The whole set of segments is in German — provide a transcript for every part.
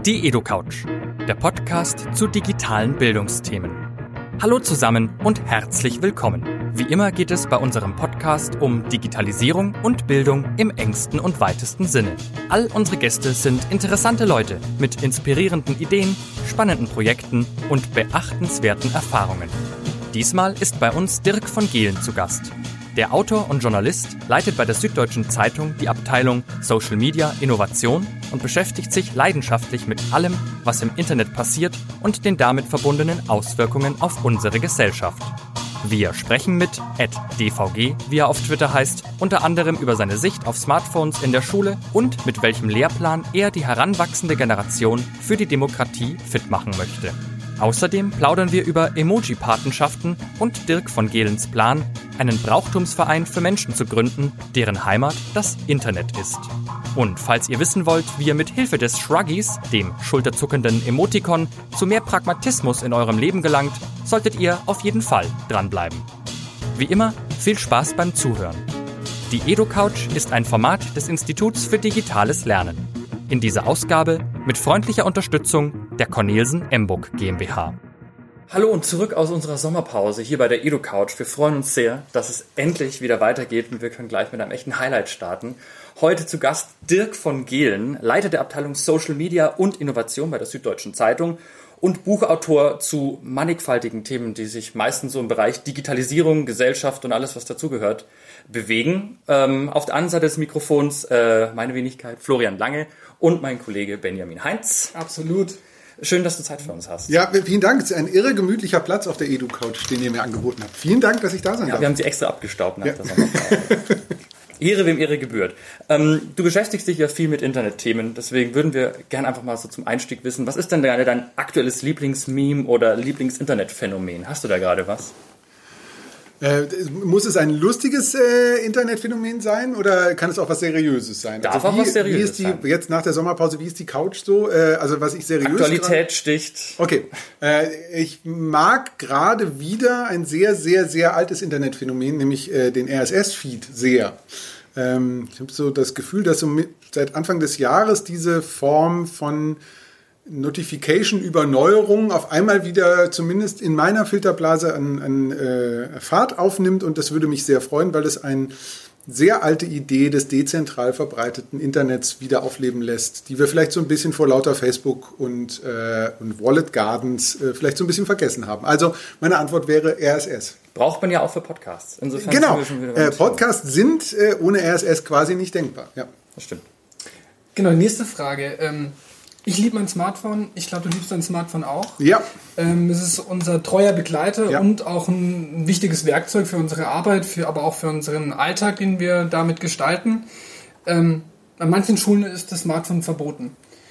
Die EduCouch, der Podcast zu digitalen Bildungsthemen. Hallo zusammen und herzlich willkommen. Wie immer geht es bei unserem Podcast um Digitalisierung und Bildung im engsten und weitesten Sinne. All unsere Gäste sind interessante Leute mit inspirierenden Ideen, spannenden Projekten und beachtenswerten Erfahrungen. Diesmal ist bei uns Dirk von Gehlen zu Gast. Der Autor und Journalist leitet bei der Süddeutschen Zeitung die Abteilung Social Media Innovation und beschäftigt sich leidenschaftlich mit allem, was im Internet passiert und den damit verbundenen Auswirkungen auf unsere Gesellschaft. Wir sprechen mit @dvg, wie er auf Twitter heißt, unter anderem über seine Sicht auf Smartphones in der Schule und mit welchem Lehrplan er die heranwachsende Generation für die Demokratie fit machen möchte. Außerdem plaudern wir über Emoji-Patenschaften und Dirk von Gehlens Plan, einen Brauchtumsverein für Menschen zu gründen, deren Heimat das Internet ist. Und falls ihr wissen wollt, wie ihr mit Hilfe des Shruggies, dem schulterzuckenden Emoticon, zu mehr Pragmatismus in eurem Leben gelangt, solltet ihr auf jeden Fall dranbleiben. Wie immer, viel Spaß beim Zuhören. Die EduCouch ist ein Format des Instituts für digitales Lernen. In dieser Ausgabe mit freundlicher Unterstützung der Cornelsen Emburg GmbH. Hallo und zurück aus unserer Sommerpause hier bei der EduCouch. Wir freuen uns sehr, dass es endlich wieder weitergeht und wir können gleich mit einem echten Highlight starten. Heute zu Gast Dirk von Gehlen, Leiter der Abteilung Social Media und Innovation bei der Süddeutschen Zeitung und Buchautor zu mannigfaltigen Themen, die sich meistens so im Bereich Digitalisierung, Gesellschaft und alles, was dazugehört, bewegen. Auf der anderen Seite des Mikrofons meine Wenigkeit Florian Lange und mein Kollege Benjamin Heinz. Absolut. Schön, dass du Zeit für uns hast. Ja, vielen Dank. Es ist ein irre gemütlicher Platz auf der EduCouch, den ihr mir angeboten habt. Vielen Dank, dass ich da sein darf. Wir haben sie extra abgestaubt nach der Sommerpause. Ehre, wem Ehre gebührt. Du beschäftigst dich ja viel mit Internetthemen, deswegen würden wir gerne einfach mal so zum Einstieg wissen, was ist denn gerade dein aktuelles Lieblingsmeme oder Lieblings-Internetphänomen? Hast du da gerade was? Muss es ein lustiges Internetphänomen sein oder kann es auch was Seriöses sein? Darf auch was Seriöses sein. Jetzt nach der Sommerpause, wie ist die Couch so? Also was ich seriös... Aktualität sticht. Okay. Ich mag gerade wieder ein sehr, sehr, sehr altes Internetphänomen, nämlich den RSS-Feed sehr. Ich habe so das Gefühl, dass so seit Anfang des Jahres diese Form von Notification über Neuerungen auf einmal wieder zumindest in meiner Filterblase an Fahrt aufnimmt und das würde mich sehr freuen, weil es eine sehr alte Idee des dezentral verbreiteten Internets wieder aufleben lässt, die wir vielleicht so ein bisschen vor lauter Facebook und Wallet Gardens vielleicht so ein bisschen vergessen haben. Also meine Antwort wäre RSS. Braucht man ja auch für Podcasts. Insofern genau, Podcasts sind ohne RSS quasi nicht denkbar. Ja, das stimmt. Genau, nächste Frage. Ich liebe mein Smartphone. Ich glaube, du liebst dein Smartphone auch. Ja. Es ist unser treuer Begleiter ja. und auch ein wichtiges Werkzeug für unsere Arbeit, aber auch für unseren Alltag, den wir damit gestalten. An manchen Schulen ist das Smartphone verboten.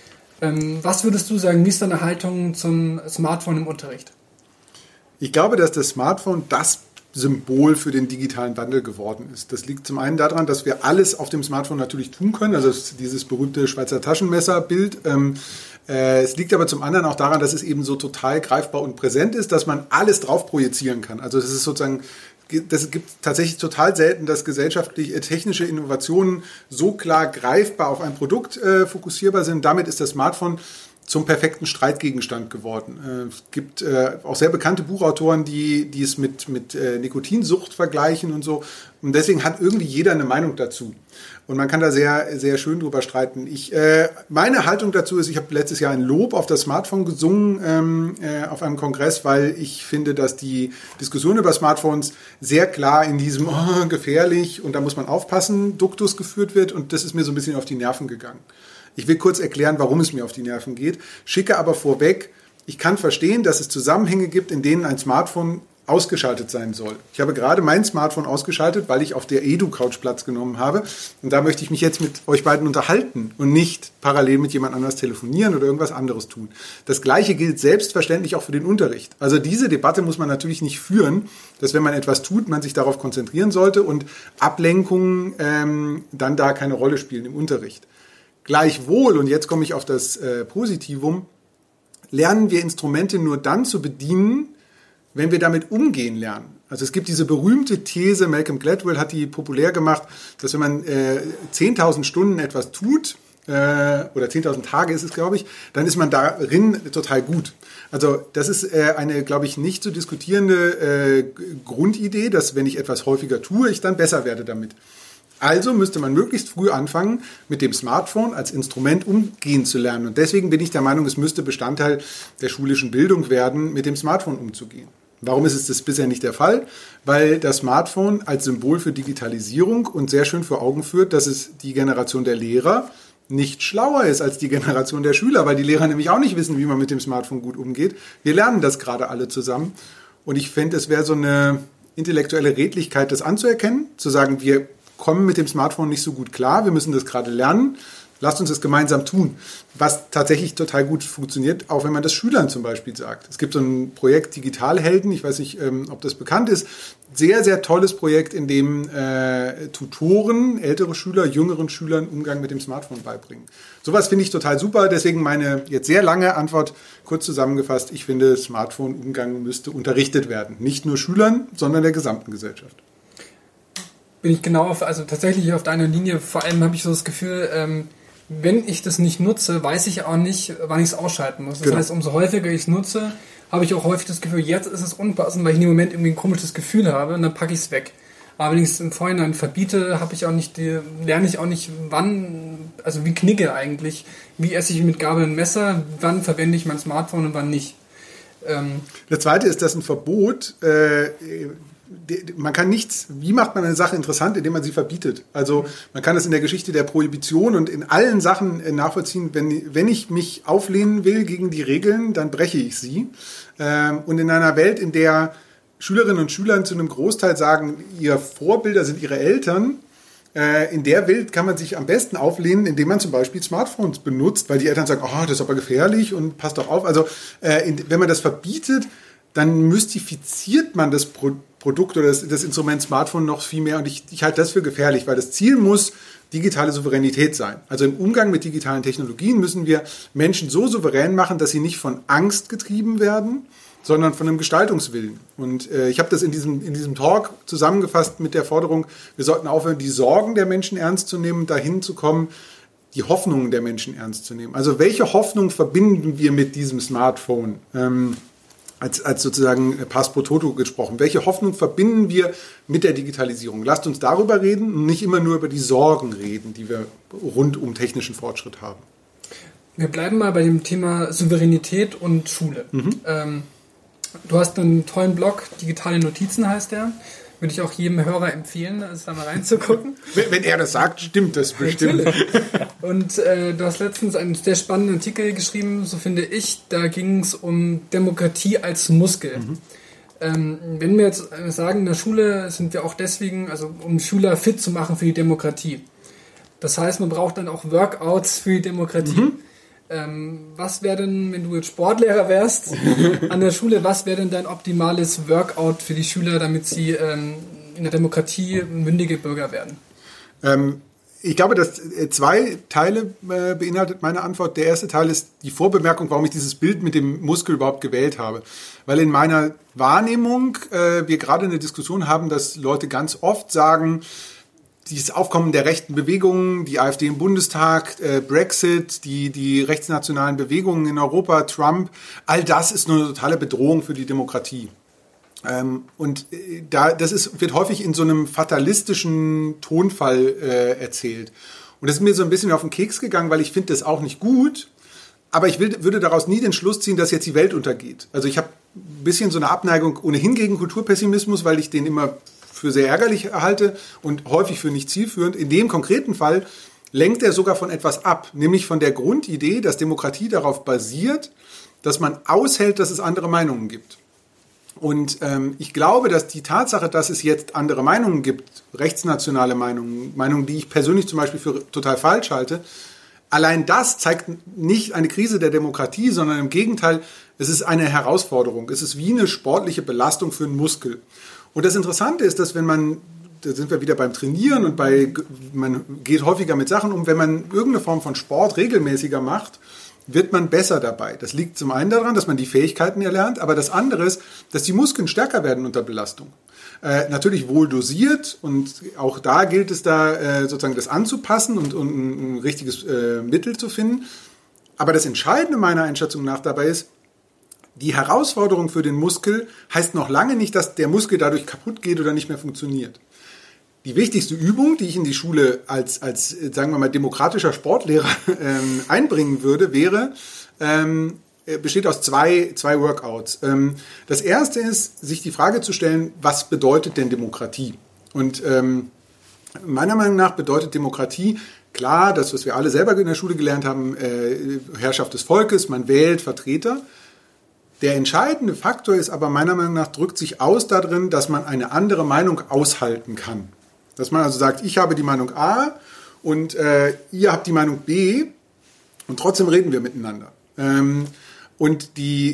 Was würdest du sagen, wie ist deine Haltung zum Smartphone im Unterricht? Ich glaube, dass das Smartphone das Symbol für den digitalen Wandel geworden ist. Das liegt zum einen daran, dass wir alles auf dem Smartphone natürlich tun können, also dieses berühmte Schweizer Taschenmesserbild. Es liegt aber zum anderen auch daran, dass es eben so total greifbar und präsent ist, dass man alles drauf projizieren kann. Also das ist sozusagen, das gibt tatsächlich total selten, dass gesellschaftliche, technische Innovationen so klar greifbar auf ein Produkt fokussierbar sind. Damit ist das Smartphone zum perfekten Streitgegenstand geworden. Es gibt auch sehr bekannte Buchautoren, die es mit Nikotinsucht vergleichen und so. Und deswegen hat irgendwie jeder eine Meinung dazu. Und man kann da sehr, sehr schön drüber streiten. Meine Haltung dazu ist, ich habe letztes Jahr ein Lob auf das Smartphone gesungen auf einem Kongress, weil ich finde, dass die Diskussion über Smartphones sehr klar in diesem gefährlich und da muss man aufpassen Duktus geführt wird. Und das ist mir so ein bisschen auf die Nerven gegangen. Ich will kurz erklären, warum es mir auf die Nerven geht, schicke aber vorweg, ich kann verstehen, dass es Zusammenhänge gibt, in denen ein Smartphone ausgeschaltet sein soll. Ich habe gerade mein Smartphone ausgeschaltet, weil ich auf der EduCouch Platz genommen habe und da möchte ich mich jetzt mit euch beiden unterhalten und nicht parallel mit jemand anders telefonieren oder irgendwas anderes tun. Das Gleiche gilt selbstverständlich auch für den Unterricht. Also diese Debatte muss man natürlich nicht führen, dass wenn man etwas tut, man sich darauf konzentrieren sollte und Ablenkungen dann da keine Rolle spielen im Unterricht. Gleichwohl, und jetzt komme ich auf das Positivum, lernen wir Instrumente nur dann zu bedienen, wenn wir damit umgehen lernen. Also es gibt diese berühmte These, Malcolm Gladwell hat die populär gemacht, dass wenn man 10.000 Stunden etwas tut, oder 10.000 Tage ist es, glaube ich, dann ist man darin total gut. Also das ist eine, glaube ich, nicht zu diskutierende Grundidee, dass wenn ich etwas häufiger tue, ich dann besser werde damit. Also müsste man möglichst früh anfangen, mit dem Smartphone als Instrument umgehen zu lernen. Und deswegen bin ich der Meinung, es müsste Bestandteil der schulischen Bildung werden, mit dem Smartphone umzugehen. Warum ist es das bisher nicht der Fall? Weil das Smartphone als Symbol für Digitalisierung uns sehr schön vor Augen führt, dass es die Generation der Lehrer nicht schlauer ist als die Generation der Schüler, weil die Lehrer nämlich auch nicht wissen, wie man mit dem Smartphone gut umgeht. Wir lernen das gerade alle zusammen. Und ich fände, es wäre so eine intellektuelle Redlichkeit, das anzuerkennen, zu sagen, wir kommen mit dem Smartphone nicht so gut klar, wir müssen das gerade lernen, lasst uns das gemeinsam tun. Was tatsächlich total gut funktioniert, auch wenn man das Schülern zum Beispiel sagt. Es gibt so ein Projekt Digitalhelden, ich weiß nicht, ob das bekannt ist, sehr, sehr tolles Projekt, in dem Tutoren, ältere Schüler, jüngeren Schülern Umgang mit dem Smartphone beibringen. Sowas finde ich total super, deswegen meine jetzt sehr lange Antwort kurz zusammengefasst, ich finde, Smartphone-Umgang müsste unterrichtet werden. Nicht nur Schülern, sondern der gesamten Gesellschaft. Bin ich genau tatsächlich auf deiner Linie. Vor allem habe ich so das Gefühl, wenn ich das nicht nutze, weiß ich auch nicht, wann ich es ausschalten muss. Das heißt, umso häufiger ich es nutze, habe ich auch häufig das Gefühl, jetzt ist es unpassend, weil ich in dem Moment irgendwie ein komisches Gefühl habe und dann packe ich es weg. Aber wenn ich es im Vorhinein verbiete, lerne ich auch nicht, wann, also wie knicke eigentlich, wie esse ich mit Gabel und Messer, wann verwende ich mein Smartphone und wann nicht. Das Zweite ist, dass ein Verbot man kann nichts, wie macht man eine Sache interessant, indem man sie verbietet? Also man kann das in der Geschichte der Prohibition und in allen Sachen nachvollziehen, wenn ich mich auflehnen will gegen die Regeln, dann breche ich sie. Und in einer Welt, in der Schülerinnen und Schüler zu einem Großteil sagen, ihr Vorbilder sind ihre Eltern, in der Welt kann man sich am besten auflehnen, indem man zum Beispiel Smartphones benutzt, weil die Eltern sagen, oh, das ist aber gefährlich und passt doch auf. Also wenn man das verbietet, dann mystifiziert man das Produkt oder das Instrument Smartphone noch viel mehr. Und ich halte das für gefährlich, weil das Ziel muss digitale Souveränität sein. Also im Umgang mit digitalen Technologien müssen wir Menschen so souverän machen, dass sie nicht von Angst getrieben werden, sondern von einem Gestaltungswillen. Und ich habe das in diesem Talk zusammengefasst mit der Forderung, wir sollten aufhören, die Sorgen der Menschen ernst zu nehmen, dahin zu kommen, die Hoffnungen der Menschen ernst zu nehmen. Also welche Hoffnung verbinden wir mit diesem Smartphone? Als sozusagen Pass pro Toto gesprochen. Welche Hoffnung verbinden wir mit der Digitalisierung? Lasst uns darüber reden und nicht immer nur über die Sorgen reden, die wir rund um technischen Fortschritt haben. Wir bleiben mal bei dem Thema Souveränität und Schule. Du hast einen tollen Blog, Digitale Notizen heißt der. Würde ich auch jedem Hörer empfehlen, da mal reinzugucken. Wenn er das sagt, stimmt das bestimmt. Und du hast letztens einen sehr spannenden Artikel geschrieben, so finde ich, da ging es um Demokratie als Muskel. Wenn wir jetzt sagen, in der Schule sind wir auch deswegen, also um Schüler fit zu machen für die Demokratie. Das heißt, man braucht dann auch Workouts für die Demokratie. Was wäre denn, wenn du jetzt Sportlehrer wärst an der Schule, was wäre denn dein optimales Workout für die Schüler, damit sie in der Demokratie mündige Bürger werden? Ich glaube, dass 2 Teile beinhaltet meine Antwort. Der erste Teil ist die Vorbemerkung, warum ich dieses Bild mit dem Muskel überhaupt gewählt habe. Weil in meiner Wahrnehmung wir gerade eine Diskussion haben, dass Leute ganz oft sagen, dieses Aufkommen der rechten Bewegungen, die AfD im Bundestag, Brexit, die rechtsnationalen Bewegungen in Europa, Trump, all das ist nur eine totale Bedrohung für die Demokratie. Und wird häufig in so einem fatalistischen Tonfall erzählt. Und das ist mir so ein bisschen auf den Keks gegangen, weil ich finde das auch nicht gut. Aber ich würde daraus nie den Schluss ziehen, dass jetzt die Welt untergeht. Also ich habe ein bisschen so eine Abneigung ohnehin gegen Kulturpessimismus, weil ich den immer für sehr ärgerlich halte und häufig für nicht zielführend. In dem konkreten Fall lenkt er sogar von etwas ab, nämlich von der Grundidee, dass Demokratie darauf basiert, dass man aushält, dass es andere Meinungen gibt. Und ich glaube, dass die Tatsache, dass es jetzt andere Meinungen gibt, rechtsnationale Meinungen, die ich persönlich zum Beispiel für total falsch halte, allein das zeigt nicht eine Krise der Demokratie, sondern im Gegenteil, es ist eine Herausforderung. Es ist wie eine sportliche Belastung für einen Muskel. Und das Interessante ist, dass da sind wir wieder beim Trainieren man geht häufiger mit Sachen um, wenn man irgendeine Form von Sport regelmäßiger macht, wird man besser dabei. Das liegt zum einen daran, dass man die Fähigkeiten erlernt, aber das andere ist, dass die Muskeln stärker werden unter Belastung. Natürlich wohl dosiert und auch da gilt es sozusagen das anzupassen und ein richtiges Mittel zu finden. Aber das Entscheidende meiner Einschätzung nach dabei ist, die Herausforderung für den Muskel heißt noch lange nicht, dass der Muskel dadurch kaputt geht oder nicht mehr funktioniert. Die wichtigste Übung, die ich in die Schule als sagen wir mal, demokratischer Sportlehrer einbringen würde, besteht aus zwei Workouts. Das erste ist, sich die Frage zu stellen, was bedeutet denn Demokratie? Und meiner Meinung nach bedeutet Demokratie, klar, das, was wir alle selber in der Schule gelernt haben, Herrschaft des Volkes, man wählt Vertreter. Der entscheidende Faktor ist aber meiner Meinung nach, drückt sich aus darin, dass man eine andere Meinung aushalten kann. Dass man also sagt, ich habe die Meinung A und ihr habt die Meinung B und trotzdem reden wir miteinander. Und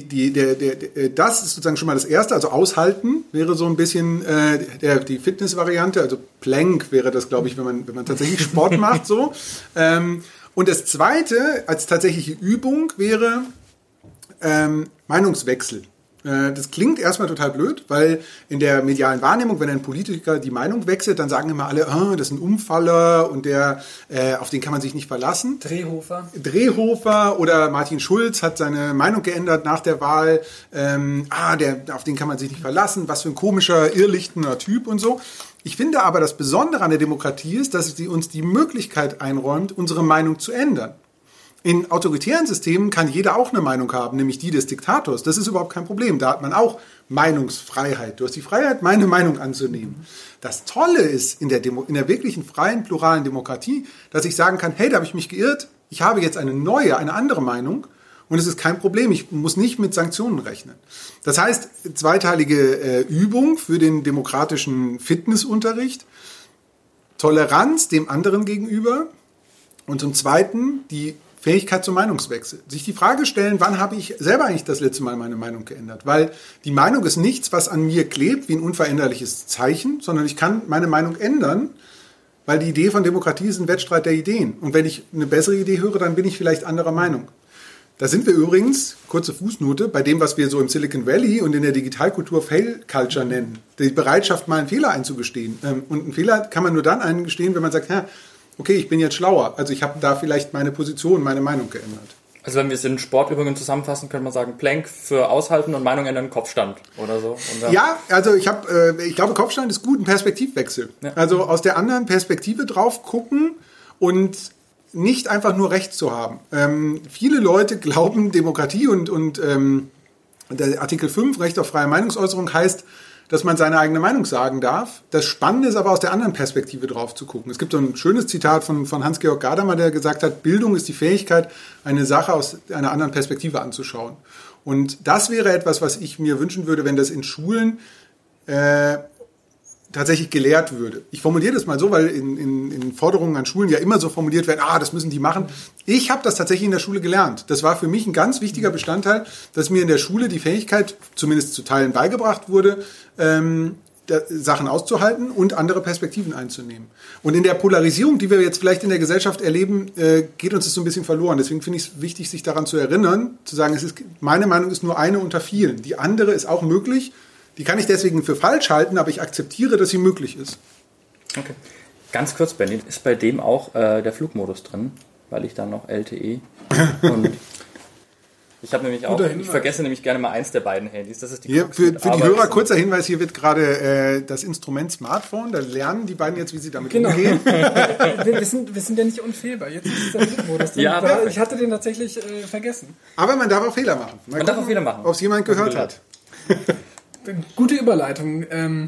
das ist sozusagen schon mal das Erste, also aushalten wäre so ein bisschen die Fitness-Variante, also Plank wäre das, glaube ich, wenn man tatsächlich Sport macht. So. Und das Zweite als tatsächliche Übung wäre Meinungswechsel. Das klingt erstmal total blöd, weil in der medialen Wahrnehmung, wenn ein Politiker die Meinung wechselt, dann sagen immer alle, das ist ein Umfaller und auf den kann man sich nicht verlassen. Drehhofer oder Martin Schulz hat seine Meinung geändert nach der Wahl. Auf den kann man sich nicht verlassen. Was für ein komischer, irrlichtener Typ und so. Ich finde aber, das Besondere an der Demokratie ist, dass sie uns die Möglichkeit einräumt, unsere Meinung zu ändern. In autoritären Systemen kann jeder auch eine Meinung haben, nämlich die des Diktators. Das ist überhaupt kein Problem. Da hat man auch Meinungsfreiheit. Du hast die Freiheit, meine Meinung anzunehmen. Das Tolle ist in der wirklichen freien, pluralen Demokratie, dass ich sagen kann, hey, da habe ich mich geirrt. Ich habe jetzt eine andere Meinung und es ist kein Problem. Ich muss nicht mit Sanktionen rechnen. Das heißt, zweiteilige Übung für den demokratischen Fitnessunterricht. Toleranz dem anderen gegenüber und zum Zweiten die Fähigkeit zum Meinungswechsel. Sich die Frage stellen, wann habe ich selber eigentlich das letzte Mal meine Meinung geändert? Weil die Meinung ist nichts, was an mir klebt wie ein unveränderliches Zeichen, sondern ich kann meine Meinung ändern, weil die Idee von Demokratie ist ein Wettstreit der Ideen. Und wenn ich eine bessere Idee höre, dann bin ich vielleicht anderer Meinung. Da sind wir übrigens, kurze Fußnote, bei dem, was wir so im Silicon Valley und in der Digitalkultur Fail Culture nennen. Die Bereitschaft, mal einen Fehler einzugestehen. Und einen Fehler kann man nur dann eingestehen, wenn man sagt, okay, ich bin jetzt schlauer. Also ich habe da vielleicht meine Position, meine Meinung geändert. Also wenn wir es in Sportübungen zusammenfassen, könnte man sagen, Plank für Aushalten und Meinung ändern, Kopfstand oder so. Ja, also ich glaube, Kopfstand ist gut, ein Perspektivwechsel. Ja. Also aus der anderen Perspektive drauf gucken und nicht einfach nur Recht zu haben. Viele Leute glauben, Demokratie und der Artikel 5, Recht auf freie Meinungsäußerung, heißt, dass man seine eigene Meinung sagen darf. Das Spannende ist aber aus der anderen Perspektive drauf zu gucken. Es gibt so ein schönes Zitat von Hans-Georg Gadamer, der gesagt hat, Bildung ist die Fähigkeit, eine Sache aus einer anderen Perspektive anzuschauen. Und das wäre etwas, was ich mir wünschen würde, wenn das in Schulen tatsächlich gelehrt würde. Ich formuliere das mal so, weil in Forderungen an Schulen ja immer so formuliert werden, das müssen die machen. Ich habe das tatsächlich in der Schule gelernt. Das war für mich ein ganz wichtiger Bestandteil, dass mir in der Schule die Fähigkeit, zumindest zu Teilen beigebracht wurde, Sachen auszuhalten und andere Perspektiven einzunehmen. Und in der Polarisierung, die wir jetzt vielleicht in der Gesellschaft erleben, geht uns das so ein bisschen verloren. Deswegen finde ich es wichtig, sich daran zu erinnern, zu sagen, meine Meinung ist nur eine unter vielen. Die andere ist auch möglich. Die kann ich deswegen für falsch halten, aber ich akzeptiere, dass sie möglich ist. Okay. Ganz kurz, Benny, ist bei dem auch der Flugmodus drin? Weil ich dann noch LTE und ich habe nämlich ich vergesse nämlich gerne mal eins der beiden Handys. Das ist die hier, für die Hörer kurzer Hinweis, hier wird gerade das Instrument Smartphone, da lernen die beiden jetzt, wie sie damit umgehen. wir sind ja nicht unfehlbar. Jetzt ist der Flugmodus drin. Ja, ich hatte den tatsächlich vergessen. Aber man darf auch Fehler machen. Man darf auch Fehler machen. Ob es jemand gehört hat. Gute Überleitung.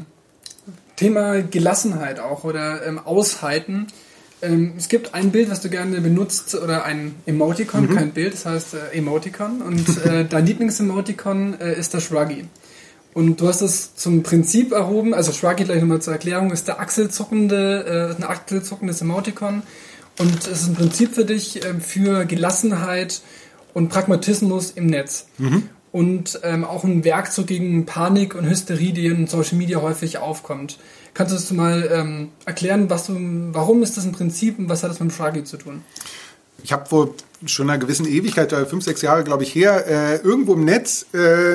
Thema Gelassenheit auch oder Aushalten. Es gibt ein Bild, was du gerne benutzt, oder ein Emoticon, kein Bild, das heißt Emoticon. Und dein Lieblings-Emoticon ist der Shruggy. Und du hast es zum Prinzip erhoben, also Shruggy, gleich nochmal zur Erklärung, ist ein achselzuckendes Emoticon. Und es ist ein Prinzip für dich für Gelassenheit und Pragmatismus im Netz. Und auch ein Werkzeug gegen Panik und Hysterie, die in Social Media häufig aufkommt. Kannst du das erklären, warum ist das ein Prinzip und was hat das mit dem Shruggy zu tun? Ich habe vor schon einer gewissen Ewigkeit, 5, 6 Jahre, glaube ich, her, irgendwo im Netz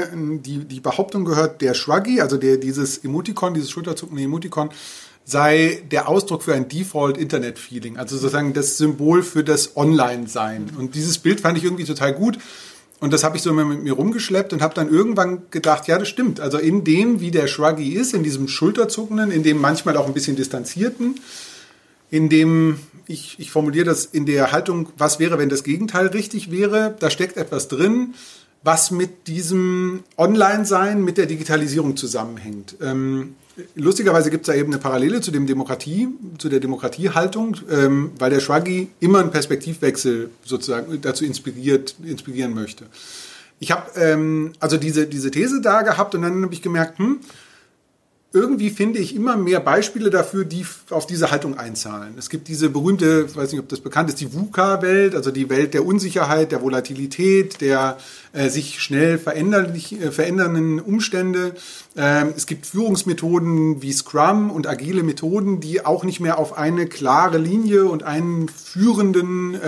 die Behauptung gehört, der Shruggy, also dieses Emoticon, dieses schulterzuckende Emoticon, sei der Ausdruck für ein Default-Internet-Feeling, also sozusagen das Symbol für das Online-Sein. Und dieses Bild fand ich irgendwie total gut. Und das habe ich so mit mir rumgeschleppt und habe dann irgendwann gedacht, ja, das stimmt. Also in dem, wie der Shruggy ist, in diesem Schulterzuckenden, in dem manchmal auch ein bisschen distanzierten, in dem, ich formuliere das in der Haltung, was wäre, wenn das Gegenteil richtig wäre, da steckt etwas drin, was mit diesem Online-Sein, mit der Digitalisierung zusammenhängt. Lustigerweise gibt es da eben eine Parallele zu der Demokratiehaltung, weil der Shruggy immer einen Perspektivwechsel sozusagen dazu inspirieren möchte. Ich habe also diese These da gehabt und dann habe ich gemerkt, irgendwie finde ich immer mehr Beispiele dafür, die auf diese Haltung einzahlen. Es gibt diese berühmte, ich weiß nicht, ob das bekannt ist, die VUCA-Welt, also die Welt der Unsicherheit, der Volatilität, der sich schnell verändernden Umstände. Es gibt Führungsmethoden wie Scrum und agile Methoden, die auch nicht mehr auf eine klare Linie und einen führenden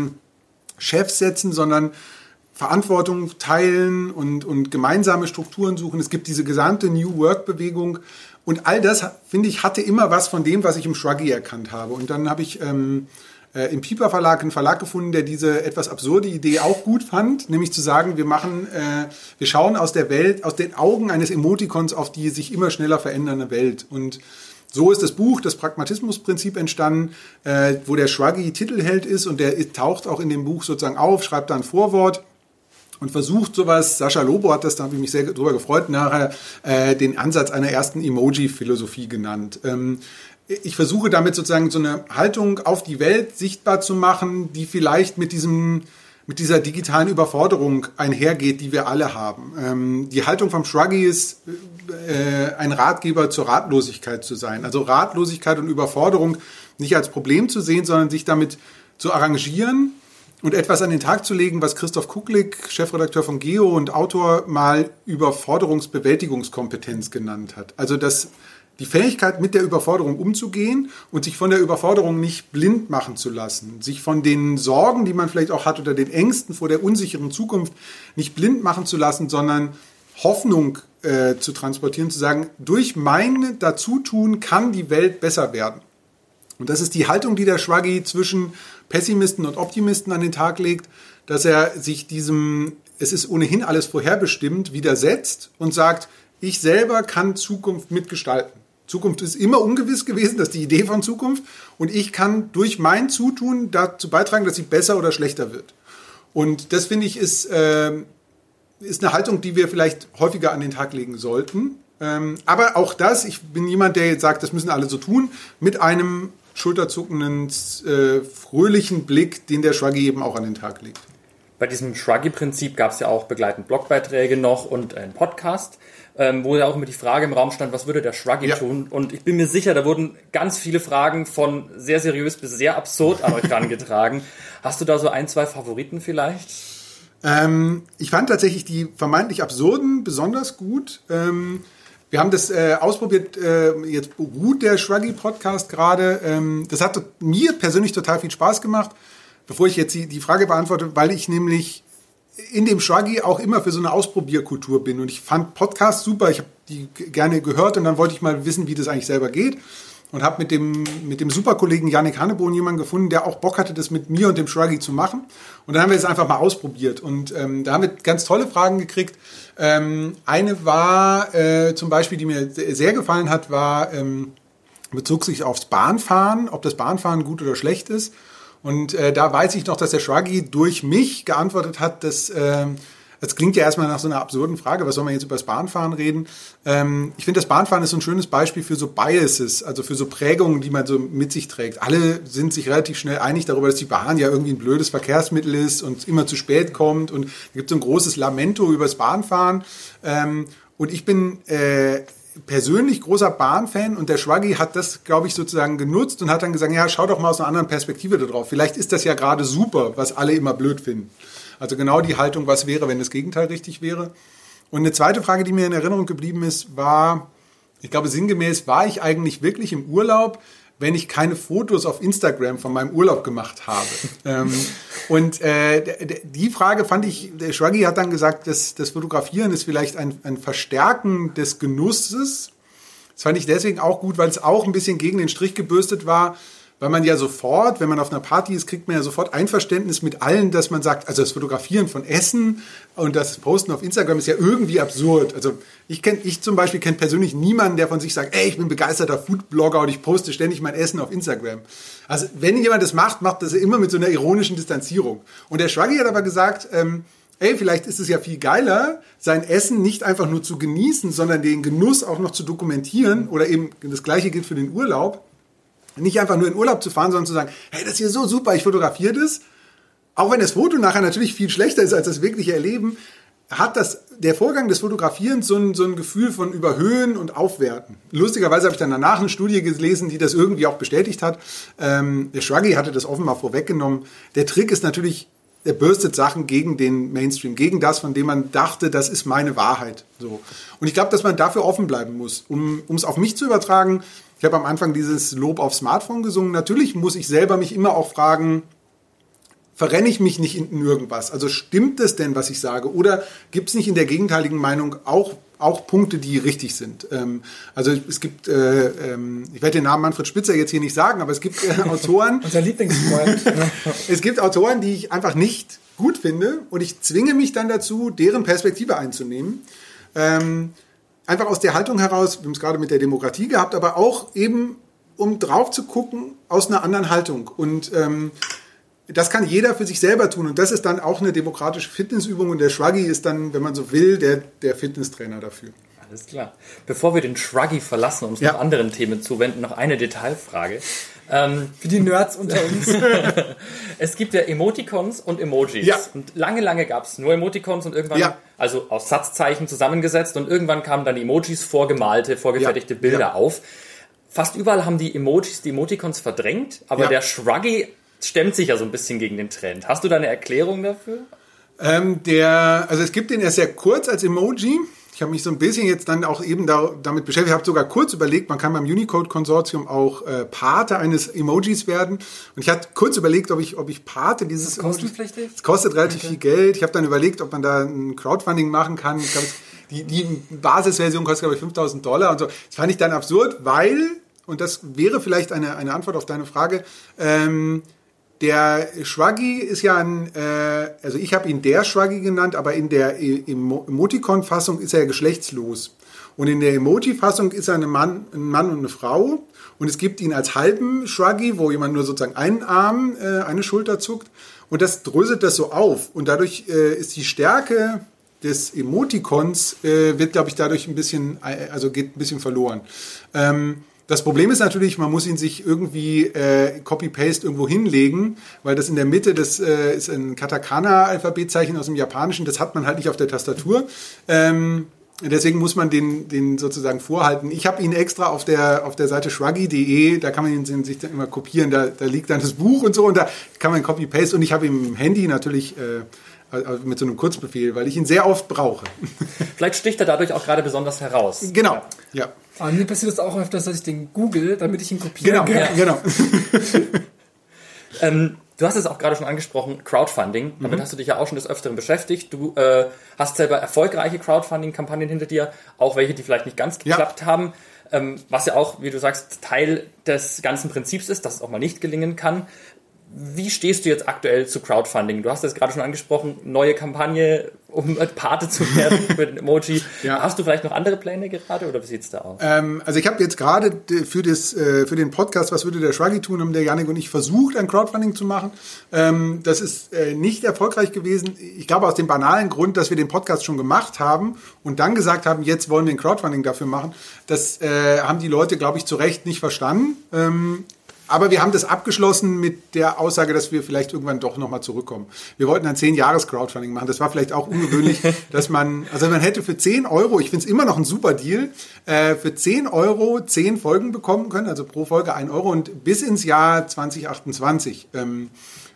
Chef setzen, sondern Verantwortung teilen und gemeinsame Strukturen suchen. Es gibt diese gesamte New Work-Bewegung und all das, finde ich, hatte immer was von dem, was ich im Shruggy erkannt habe. Und dann habe ich im Piper Verlag einen Verlag gefunden, der diese etwas absurde Idee auch gut fand, nämlich zu sagen, wir schauen aus der Welt, aus den Augen eines Emoticons auf die sich immer schneller verändernde Welt. Und so ist das Buch, das Pragmatismusprinzip, entstanden, wo der Shruggy Titelheld ist und der taucht auch in dem Buch sozusagen auf, schreibt da ein Vorwort und versucht sowas, Sascha Lobo hat das, da habe ich mich sehr darüber gefreut, nachher den Ansatz einer ersten Emoji-Philosophie genannt. Ich versuche damit sozusagen so eine Haltung auf die Welt sichtbar zu machen, die vielleicht mit dieser digitalen Überforderung einhergeht, die wir alle haben. Die Haltung vom Shruggy ist, ein Ratgeber zur Ratlosigkeit zu sein. Also Ratlosigkeit und Überforderung nicht als Problem zu sehen, sondern sich damit zu arrangieren und etwas an den Tag zu legen, was Christoph Kuklik, Chefredakteur von Geo und Autor, mal Überforderungsbewältigungskompetenz genannt hat. Also die Fähigkeit, mit der Überforderung umzugehen und sich von der Überforderung nicht blind machen zu lassen, sich von den Sorgen, die man vielleicht auch hat, oder den Ängsten vor der unsicheren Zukunft nicht blind machen zu lassen, sondern Hoffnung zu transportieren, zu sagen, durch mein Dazutun kann die Welt besser werden. Und das ist die Haltung, die der Shruggy zwischen Pessimisten und Optimisten an den Tag legt, dass er sich diesem, es ist ohnehin alles vorherbestimmt, widersetzt und sagt, ich selber kann Zukunft mitgestalten. Zukunft ist immer ungewiss gewesen, das ist die Idee von Zukunft. Und ich kann durch mein Zutun dazu beitragen, dass sie besser oder schlechter wird. Und das, finde ich, ist eine Haltung, die wir vielleicht häufiger an den Tag legen sollten. Aber auch das, ich bin jemand, der jetzt sagt, das müssen alle so tun, mit einem schulterzuckenden, fröhlichen Blick, den der Shruggy eben auch an den Tag legt. Bei diesem Shruggy-Prinzip gab es ja auch begleitend Blogbeiträge noch und einen Podcast, wo ja auch immer die Frage im Raum stand, was würde der Shruggy tun? Und ich bin mir sicher, da wurden ganz viele Fragen von sehr seriös bis sehr absurd an euch herangetragen. Hast du da so 1, 2 Favoriten vielleicht? Ich fand tatsächlich die vermeintlich absurden besonders gut. Wir haben das ausprobiert, jetzt ruht der Shruggy-Podcast gerade. Das hat mir persönlich total viel Spaß gemacht, bevor ich jetzt die Frage beantworte, weil ich nämlich in dem Shruggy auch immer für so eine Ausprobierkultur bin. Und ich fand Podcasts super, ich habe die gerne gehört und dann wollte ich mal wissen, wie das eigentlich selber geht. Und habe mit dem Superkollegen Yannick Hannebohn jemanden gefunden, der auch Bock hatte, das mit mir und dem Shruggy zu machen. Und dann haben wir es einfach mal ausprobiert. Und da haben wir ganz tolle Fragen gekriegt. Eine war zum Beispiel, die mir sehr gefallen hat, bezog sich aufs Bahnfahren, ob das Bahnfahren gut oder schlecht ist. Und da weiß ich noch, dass der Shruggy durch mich geantwortet hat, dass das klingt ja erstmal nach so einer absurden Frage, was soll man jetzt über das Bahnfahren reden? Ich finde, das Bahnfahren ist so ein schönes Beispiel für so Biases, also für so Prägungen, die man so mit sich trägt. Alle sind sich relativ schnell einig darüber, dass die Bahn ja irgendwie ein blödes Verkehrsmittel ist und immer zu spät kommt. Und da gibt es so ein großes Lamento über das Bahnfahren. Und ich bin persönlich großer Bahnfan und der Shruggy hat das, glaube ich, sozusagen genutzt und hat dann gesagt, ja, schau doch mal aus einer anderen Perspektive da drauf. Vielleicht ist das ja gerade super, was alle immer blöd finden. Also genau die Haltung, was wäre, wenn das Gegenteil richtig wäre. Und eine zweite Frage, die mir in Erinnerung geblieben ist, war, ich glaube sinngemäß, war ich eigentlich wirklich im Urlaub, wenn ich keine Fotos auf Instagram von meinem Urlaub gemacht habe. Die Frage fand ich, der Schruggy hat dann gesagt, das Fotografieren ist vielleicht ein Verstärken des Genusses. Das fand ich deswegen auch gut, weil es auch ein bisschen gegen den Strich gebürstet war, weil man ja sofort, wenn man auf einer Party ist, kriegt man ja sofort Einverständnis mit allen, dass man sagt, also das Fotografieren von Essen und das Posten auf Instagram ist ja irgendwie absurd. Also ich zum Beispiel kenne persönlich niemanden, der von sich sagt, ey, ich bin begeisterter Foodblogger und ich poste ständig mein Essen auf Instagram. Also wenn jemand das macht das immer mit so einer ironischen Distanzierung. Und der Schruggy hat aber gesagt, vielleicht ist es ja viel geiler, sein Essen nicht einfach nur zu genießen, sondern den Genuss auch noch zu dokumentieren, oder eben das Gleiche gilt für den Urlaub. Nicht einfach nur in Urlaub zu fahren, sondern zu sagen, hey, das ist hier so super, ich fotografiere das. Auch wenn das Foto nachher natürlich viel schlechter ist als das wirkliche Erleben, hat der Vorgang des Fotografierens so ein Gefühl von Überhöhen und Aufwerten. Lustigerweise habe ich dann danach eine Studie gelesen, die das irgendwie auch bestätigt hat. Der Schruggy hatte das offenbar vorweggenommen. Der Trick ist natürlich, er bürstet Sachen gegen den Mainstream, gegen das, von dem man dachte, das ist meine Wahrheit. So. Und ich glaube, dass man dafür offen bleiben muss, um es auf mich zu übertragen. Ich habe am Anfang dieses Lob auf Smartphone gesungen. Natürlich muss ich selber mich immer auch fragen, verrenne ich mich nicht in irgendwas? Also stimmt es denn, was ich sage? Oder gibt es nicht in der gegenteiligen Meinung auch Punkte, die richtig sind? Also es gibt, ich werde den Namen Manfred Spitzer jetzt hier nicht sagen, aber es gibt Autoren. Unser Lieblingsfreund. Es gibt Autoren, die ich einfach nicht gut finde und ich zwinge mich dann dazu, deren Perspektive einzunehmen. Einfach aus der Haltung heraus, wir haben es gerade mit der Demokratie gehabt, aber auch eben, um drauf zu gucken, aus einer anderen Haltung. Und das kann jeder für sich selber tun. Und das ist dann auch eine demokratische Fitnessübung. Und der Schruggy ist dann, wenn man so will, der Fitnesstrainer dafür. Alles klar. Bevor wir den Schruggy verlassen und uns noch anderen Themen zuwenden, noch eine Detailfrage. Für die Nerds unter uns. Es gibt ja Emoticons und Emojis. Ja. Und lange gab es nur Emoticons und irgendwann, also aus Satzzeichen zusammengesetzt, und irgendwann kamen dann Emojis, vorgefertigte Bilder auf. Fast überall haben die Emojis die Emoticons verdrängt, aber der Schruggy stemmt sich ja so ein bisschen gegen den Trend. Hast du da eine Erklärung dafür? Also es gibt den erst sehr kurz als Emoji. Ich habe mich so ein bisschen jetzt dann auch eben damit beschäftigt. Ich habe sogar kurz überlegt, man kann beim Unicode-Konsortium auch Pate eines Emojis werden. Und ich hatte kurz überlegt, ob ich Pate dieses... Ist das kostenpflichtig? Es kostet relativ viel Geld. Ich habe dann überlegt, ob man da ein Crowdfunding machen kann. Ich glaube, die Basisversion kostet, glaube ich, $5.000 und so. Das fand ich dann absurd, weil, und das wäre vielleicht eine Antwort auf deine Frage, der Schruggy ist ja also ich habe ihn der Schruggy genannt, aber in der Emoticon-Fassung ist er ja geschlechtslos. Und in der Emoji-Fassung ist er ein Mann und eine Frau. Und es gibt ihn als halben Schruggy, wo jemand nur sozusagen einen Arm, eine Schulter zuckt. Und das dröselt das so auf. Und dadurch ist die Stärke des Emoticons, wird, glaube ich, dadurch geht ein bisschen verloren. Das Problem ist natürlich, man muss ihn sich irgendwie Copy-Paste irgendwo hinlegen, weil das in der Mitte, das ist ein Katakana-Alphabetzeichen aus dem Japanischen, das hat man halt nicht auf der Tastatur. Deswegen muss man den sozusagen vorhalten. Ich habe ihn extra auf der Seite shruggy.de, da kann man ihn sich dann immer kopieren, da liegt dann das Buch und so, und da kann man Copy-Paste, und ich habe ihn im Handy natürlich mit so einem Kurzbefehl, weil ich ihn sehr oft brauche. Vielleicht sticht er dadurch auch gerade besonders heraus. Genau, ja. Aber mir passiert das auch öfters, dass ich den google, damit ich ihn kopieren kann. Genau. Du hast es auch gerade schon angesprochen, Crowdfunding. Damit hast du dich ja auch schon des Öfteren beschäftigt. Du hast selber erfolgreiche Crowdfunding-Kampagnen hinter dir, auch welche, die vielleicht nicht ganz geklappt haben. Was ja auch, wie du sagst, Teil des ganzen Prinzips ist, dass es auch mal nicht gelingen kann. Wie stehst du jetzt aktuell zu Crowdfunding? Du hast es gerade schon angesprochen, neue Kampagne, um Pate zu werden für den Emoji. Hast du vielleicht noch andere Pläne gerade, oder wie sieht's da aus? Also ich habe jetzt gerade für den Podcast, was würde der Schruggy tun, haben der Janik und ich versucht, ein Crowdfunding zu machen. Das ist nicht erfolgreich gewesen. Ich glaube aus dem banalen Grund, dass wir den Podcast schon gemacht haben und dann gesagt haben, jetzt wollen wir ein Crowdfunding dafür machen. Das haben die Leute, glaube ich, zu Recht nicht verstanden. Aber wir haben das abgeschlossen mit der Aussage, dass wir vielleicht irgendwann doch nochmal zurückkommen. Wir wollten ein 10-Jahres-Crowdfunding machen. Das war vielleicht auch ungewöhnlich, dass man hätte für 10 €, ich finde es immer noch ein super Deal, für 10 € 10 Folgen bekommen können, also pro Folge 1 € und bis ins Jahr 2028.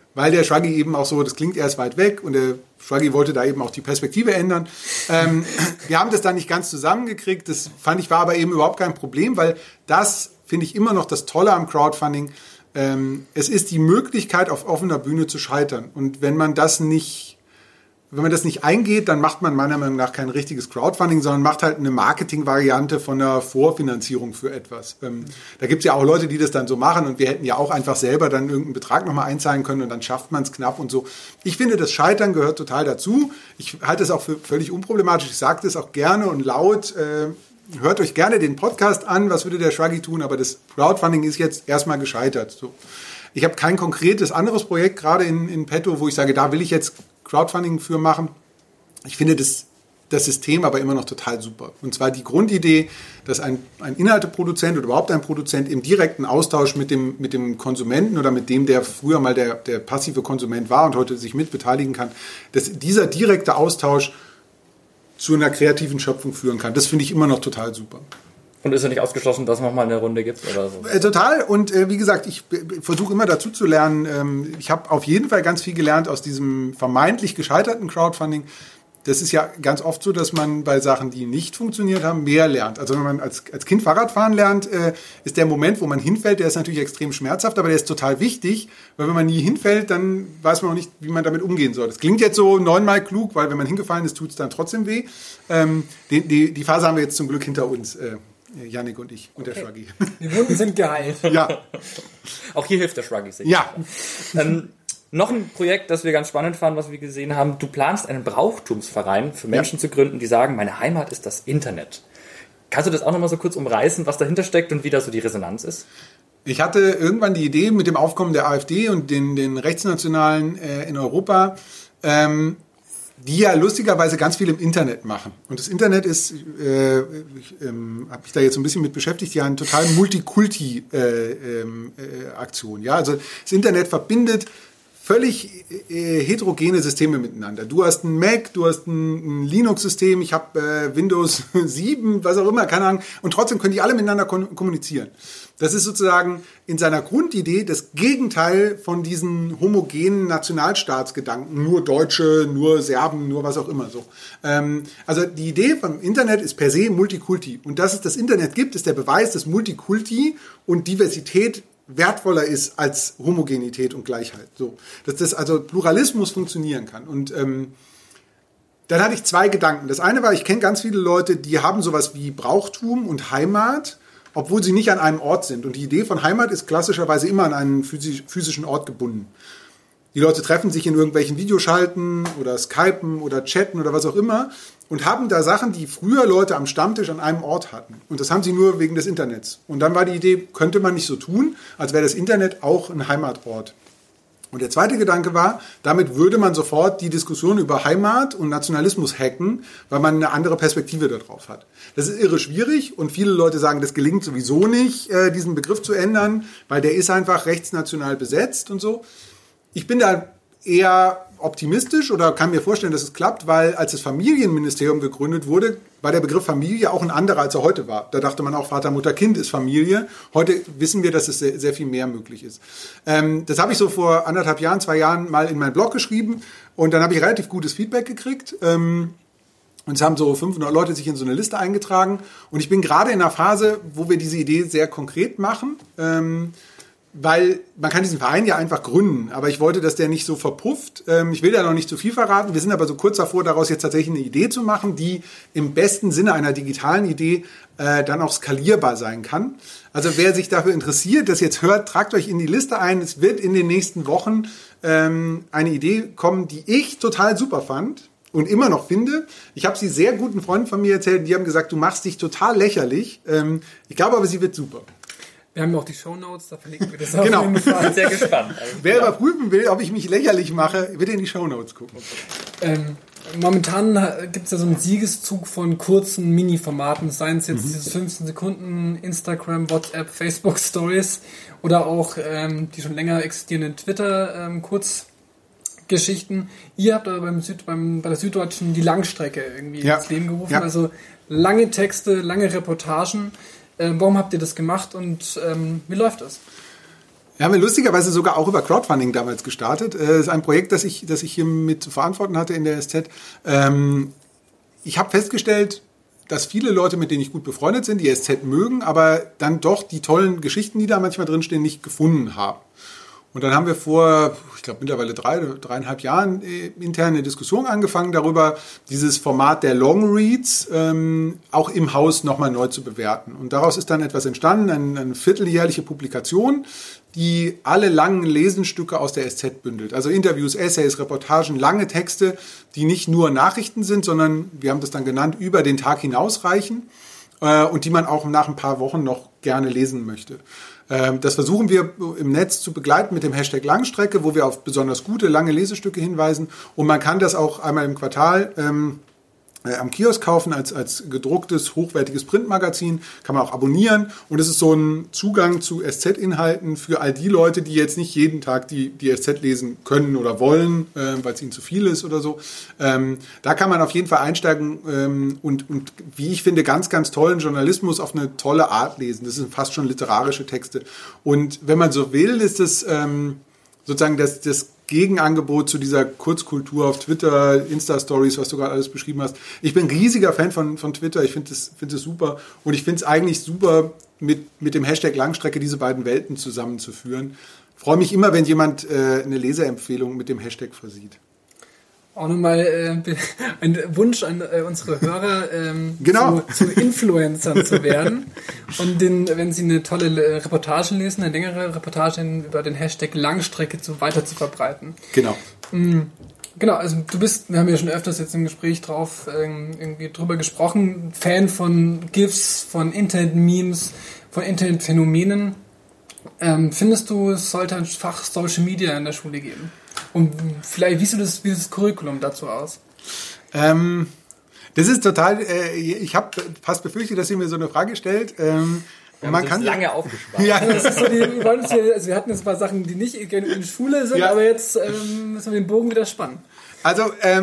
weil der Shruggy eben auch so, das klingt erst weit weg und der Shruggy wollte da eben auch die Perspektive ändern. Wir haben das dann nicht ganz zusammengekriegt, das fand ich war aber eben überhaupt kein Problem, weil das finde ich immer noch das Tolle am Crowdfunding. Es ist die Möglichkeit, auf offener Bühne zu scheitern. Und wenn man das nicht eingeht, dann macht man meiner Meinung nach kein richtiges Crowdfunding, sondern macht halt eine Marketing-Variante von einer Vorfinanzierung für etwas. Da gibt es ja auch Leute, die das dann so machen und wir hätten ja auch einfach selber dann irgendeinen Betrag nochmal einzahlen können und dann schafft man es knapp und so. Ich finde, das Scheitern gehört total dazu. Ich halte es auch für völlig unproblematisch. Ich sage das auch gerne und laut. Hört euch gerne den Podcast an, was würde der Shruggy tun, aber das Crowdfunding ist jetzt erstmal gescheitert. So. Ich habe kein konkretes anderes Projekt gerade in petto, wo ich sage, da will ich jetzt Crowdfunding für machen. Ich finde das System aber immer noch total super. Und zwar die Grundidee, dass ein Inhalteproduzent oder überhaupt ein Produzent im direkten Austausch mit dem Konsumenten oder mit dem, der früher mal der passive Konsument war und heute sich mitbeteiligen kann, dass dieser direkte Austausch zu einer kreativen Schöpfung führen kann. Das finde ich immer noch total super. Und ist ja nicht ausgeschlossen, dass es nochmal eine Runde gibt oder so? Total. Und wie gesagt, ich versuche immer dazu zu lernen. Ich habe auf jeden Fall ganz viel gelernt aus diesem vermeintlich gescheiterten Crowdfunding. Das ist ja ganz oft so, dass man bei Sachen, die nicht funktioniert haben, mehr lernt. Also wenn man als Kind Fahrradfahren lernt, ist der Moment, wo man hinfällt, der ist natürlich extrem schmerzhaft, aber der ist total wichtig, weil wenn man nie hinfällt, dann weiß man auch nicht, wie man damit umgehen soll. Das klingt jetzt so 9-mal klug, weil wenn man hingefallen ist, tut es dann trotzdem weh. Die Phase haben wir jetzt zum Glück hinter uns, Yannick und ich und der Shruggy. Die Wunden sind geheilt. Ja. Auch hier hilft der Shruggy sich. Ja. Noch ein Projekt, das wir ganz spannend fanden, was wir gesehen haben. Du planst einen Brauchtumsverein für Menschen zu gründen, die sagen, meine Heimat ist das Internet. Kannst du das auch nochmal so kurz umreißen, was dahinter steckt und wie da so die Resonanz ist? Ich hatte irgendwann die Idee mit dem Aufkommen der AfD und den Rechtsnationalen in Europa, die ja lustigerweise ganz viel im Internet machen. Und das Internet ist, ich habe mich da jetzt so ein bisschen mit beschäftigt, ja eine total Multikulti-Aktion. Ja, also das Internet verbindet völlig heterogene Systeme miteinander. Du hast ein Mac, du hast ein Linux-System, ich habe Windows 7, was auch immer, keine Ahnung. Und trotzdem können die alle miteinander kommunizieren. Das ist sozusagen in seiner Grundidee das Gegenteil von diesen homogenen Nationalstaatsgedanken. Nur Deutsche, nur Serben, nur was auch immer. So. Also die Idee vom Internet ist per se Multikulti. Und dass es das Internet gibt, ist der Beweis, dass Multikulti und Diversität wertvoller ist als Homogenität und Gleichheit. So, dass das also Pluralismus funktionieren kann. Und dann hatte ich zwei Gedanken. Das eine war, ich kenne ganz viele Leute, die haben sowas wie Brauchtum und Heimat, obwohl sie nicht an einem Ort sind. Und die Idee von Heimat ist klassischerweise immer an einen physischen Ort gebunden. Die Leute treffen sich in irgendwelchen Videoschalten oder Skypen oder Chatten oder was auch immer und haben da Sachen, die früher Leute am Stammtisch an einem Ort hatten. Und das haben sie nur wegen des Internets. Und dann war die Idee, könnte man nicht so tun, als wäre das Internet auch ein Heimatort. Und der zweite Gedanke war, damit würde man sofort die Diskussion über Heimat und Nationalismus hacken, weil man eine andere Perspektive darauf hat. Das ist irre schwierig und viele Leute sagen, das gelingt sowieso nicht, diesen Begriff zu ändern, weil der ist einfach rechtsnational besetzt und so. Ich bin da eher optimistisch oder kann mir vorstellen, dass es klappt, weil als das Familienministerium gegründet wurde, war der Begriff Familie auch ein anderer, als er heute war. Da dachte man auch, Vater, Mutter, Kind ist Familie. Heute wissen wir, dass es sehr, sehr viel mehr möglich ist. Das habe ich so vor 1,5 Jahren, 2 Jahren mal in meinen Blog geschrieben und dann habe ich relativ gutes Feedback gekriegt. Und es haben so 500 Leute sich in so eine Liste eingetragen. Und ich bin gerade in einer Phase, wo wir diese Idee sehr konkret machen. Weil man kann diesen Verein ja einfach gründen, aber ich wollte, dass der nicht so verpufft. Ich will da noch nicht zu viel verraten. Wir sind aber so kurz davor, daraus jetzt tatsächlich eine Idee zu machen, die im besten Sinne einer digitalen Idee dann auch skalierbar sein kann. Also wer sich dafür interessiert, das jetzt hört, tragt euch in die Liste ein. Es wird in den nächsten Wochen eine Idee kommen, die ich total super fand und immer noch finde. Ich habe sie sehr guten Freunden von mir erzählt, die haben gesagt, du machst dich total lächerlich. Ich glaube aber, sie wird super. Wir haben auch die Shownotes, da verlinken wir das auf genau. jeden Fall. Ich bin sehr gespannt. Wer überprüfen will, ob ich mich lächerlich mache, bitte in die Shownotes gucken. Momentan gibt es ja so einen Siegeszug von kurzen Mini-Formaten, seien es jetzt diese 15 Sekunden Instagram, WhatsApp, Facebook Stories oder auch die schon länger existierenden Twitter Kurzgeschichten. Ihr habt aber bei der Süddeutschen die Langstrecke irgendwie ins Leben gerufen, also lange Texte, lange Reportagen. Warum habt ihr das gemacht und wie läuft das? Wir haben lustigerweise sogar auch über Crowdfunding damals gestartet. Das ist ein Projekt, das ich hier mit zu verantworten hatte in der SZ. Ich habe festgestellt, dass viele Leute, mit denen ich gut befreundet sind, die SZ mögen, aber dann doch die tollen Geschichten, die da manchmal drinstehen, nicht gefunden haben. Und dann haben wir vor, ich glaube mittlerweile 3,5 Jahren intern eine Diskussion angefangen darüber, dieses Format der Long Reads auch im Haus nochmal neu zu bewerten. Und daraus ist dann etwas entstanden, eine vierteljährliche Publikation, die alle langen Lesenstücke aus der SZ bündelt. Also Interviews, Essays, Reportagen, lange Texte, die nicht nur Nachrichten sind, sondern, wir haben das dann genannt, über den Tag hinaus reichen und die man auch nach ein paar Wochen noch gerne lesen möchte. Das versuchen wir im Netz zu begleiten mit dem Hashtag Langstrecke, wo wir auf besonders gute, lange Lesestücke hinweisen. Und man kann das auch einmal im Quartal am Kiosk kaufen als gedrucktes, hochwertiges Printmagazin. Kann man auch abonnieren. Und es ist so ein Zugang zu SZ-Inhalten für all die Leute, die jetzt nicht jeden Tag die SZ lesen können oder wollen, weil es ihnen zu viel ist oder so. Da kann man auf jeden Fall einsteigen und wie ich finde, ganz, ganz tollen Journalismus auf eine tolle Art lesen. Das sind fast schon literarische Texte. Und wenn man so will, ist es sozusagen das Gegenangebot zu dieser Kurzkultur auf Twitter, Insta-Stories, was du gerade alles beschrieben hast. Ich bin ein riesiger Fan von Twitter, ich finde das super und ich finde es eigentlich super, mit dem Hashtag Langstrecke diese beiden Welten zusammenzuführen. Freue mich immer, wenn jemand eine Leserempfehlung mit dem Hashtag versieht. Auch nochmal ein Wunsch an unsere Hörer, genau. zu Influencern zu werden. Und wenn sie eine tolle Reportage lesen, eine längere Reportage über den Hashtag Langstrecke weiter zu verbreiten. Genau. Genau, also wir haben ja schon öfters jetzt im Gespräch irgendwie drüber gesprochen, Fan von GIFs, von Internet-Memes, von Internet-Phänomenen. Findest du, es sollte ein Fach Social Media in der Schule geben? Und vielleicht, wie sieht das Curriculum dazu aus? Das ist total, ich habe fast befürchtet, dass ihr mir so eine Frage stellt. Man kann lange aufgespart. Ja. Das ist so wir hatten jetzt ein paar Sachen, die nicht in der Schule sind, ja. Aber jetzt müssen wir den Bogen wieder spannen. Also,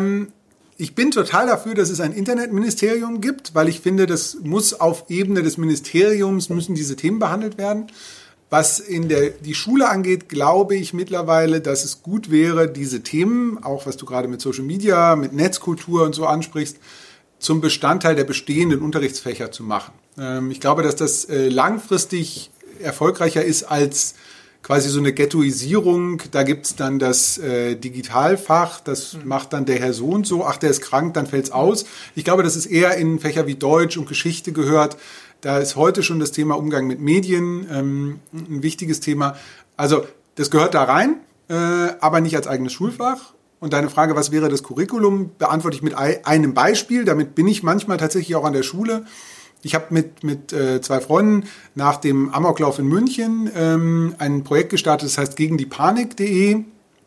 ich bin total dafür, dass es ein Internetministerium gibt, weil ich finde, das muss auf Ebene des Ministeriums, müssen diese Themen behandelt werden. Was die Schule angeht, glaube ich mittlerweile, dass es gut wäre, diese Themen, auch was du gerade mit Social Media, mit Netzkultur und so ansprichst, zum Bestandteil der bestehenden Unterrichtsfächer zu machen. Ich glaube, dass das langfristig erfolgreicher ist als quasi so eine Ghettoisierung. Da gibt's dann das Digitalfach, das macht dann der Herr so und so, ach, der ist krank, dann fällt's aus. Ich glaube, dass es eher in Fächer wie Deutsch und Geschichte gehört. Da ist heute schon das Thema Umgang mit Medien ein wichtiges Thema. Also das gehört da rein, aber nicht als eigenes Schulfach. Und deine Frage, was wäre das Curriculum, beantworte ich mit einem Beispiel. Damit bin ich manchmal tatsächlich auch an der Schule. Ich habe mit 2 Freunden nach dem Amoklauf in München ein Projekt gestartet, das heißt gegenDiePanik.de.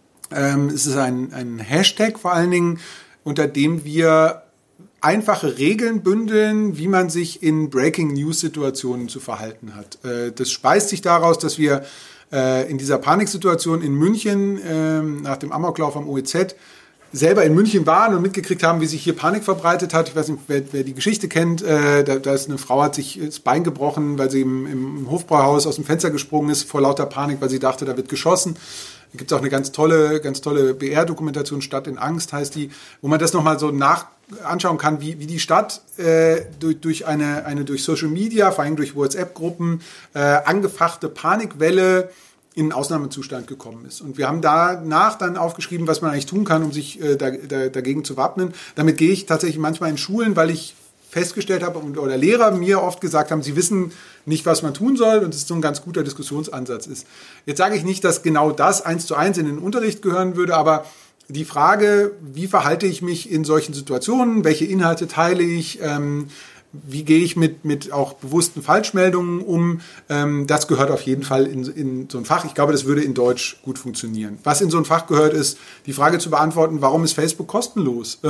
Es ist ein Hashtag vor allen Dingen, unter dem wir einfache Regeln bündeln, wie man sich in Breaking-News-Situationen zu verhalten hat. Das speist sich daraus, dass wir in dieser Paniksituation in München nach dem Amoklauf am OEZ selber in München waren und mitgekriegt haben, wie sich hier Panik verbreitet hat. Ich weiß nicht, wer die Geschichte kennt. Da ist eine Frau, hat sich das Bein gebrochen, weil sie im Hofbräuhaus aus dem Fenster gesprungen ist vor lauter Panik, weil sie dachte, da wird geschossen. Da gibt es auch eine ganz tolle BR-Dokumentation, Stadt in Angst heißt die, wo man das nochmal so anschauen kann, wie die Stadt durch durch Social Media, vor allem durch WhatsApp-Gruppen, angefachte Panikwelle in einen Ausnahmezustand gekommen ist. Und wir haben danach dann aufgeschrieben, was man eigentlich tun kann, um sich dagegen zu wappnen. Damit gehe ich tatsächlich manchmal in Schulen, weil ich festgestellt habe oder Lehrer mir oft gesagt haben, sie wissen nicht, was man tun soll und es so ein ganz guter Diskussionsansatz ist. Jetzt sage ich nicht, dass genau das 1:1 in den Unterricht gehören würde, aber die Frage, wie verhalte ich mich in solchen Situationen, welche Inhalte teile ich, wie gehe ich mit auch bewussten Falschmeldungen um, das gehört auf jeden Fall in so ein Fach. Ich glaube, das würde in Deutsch gut funktionieren. Was in so ein Fach gehört, ist die Frage zu beantworten, warum ist Facebook kostenlos?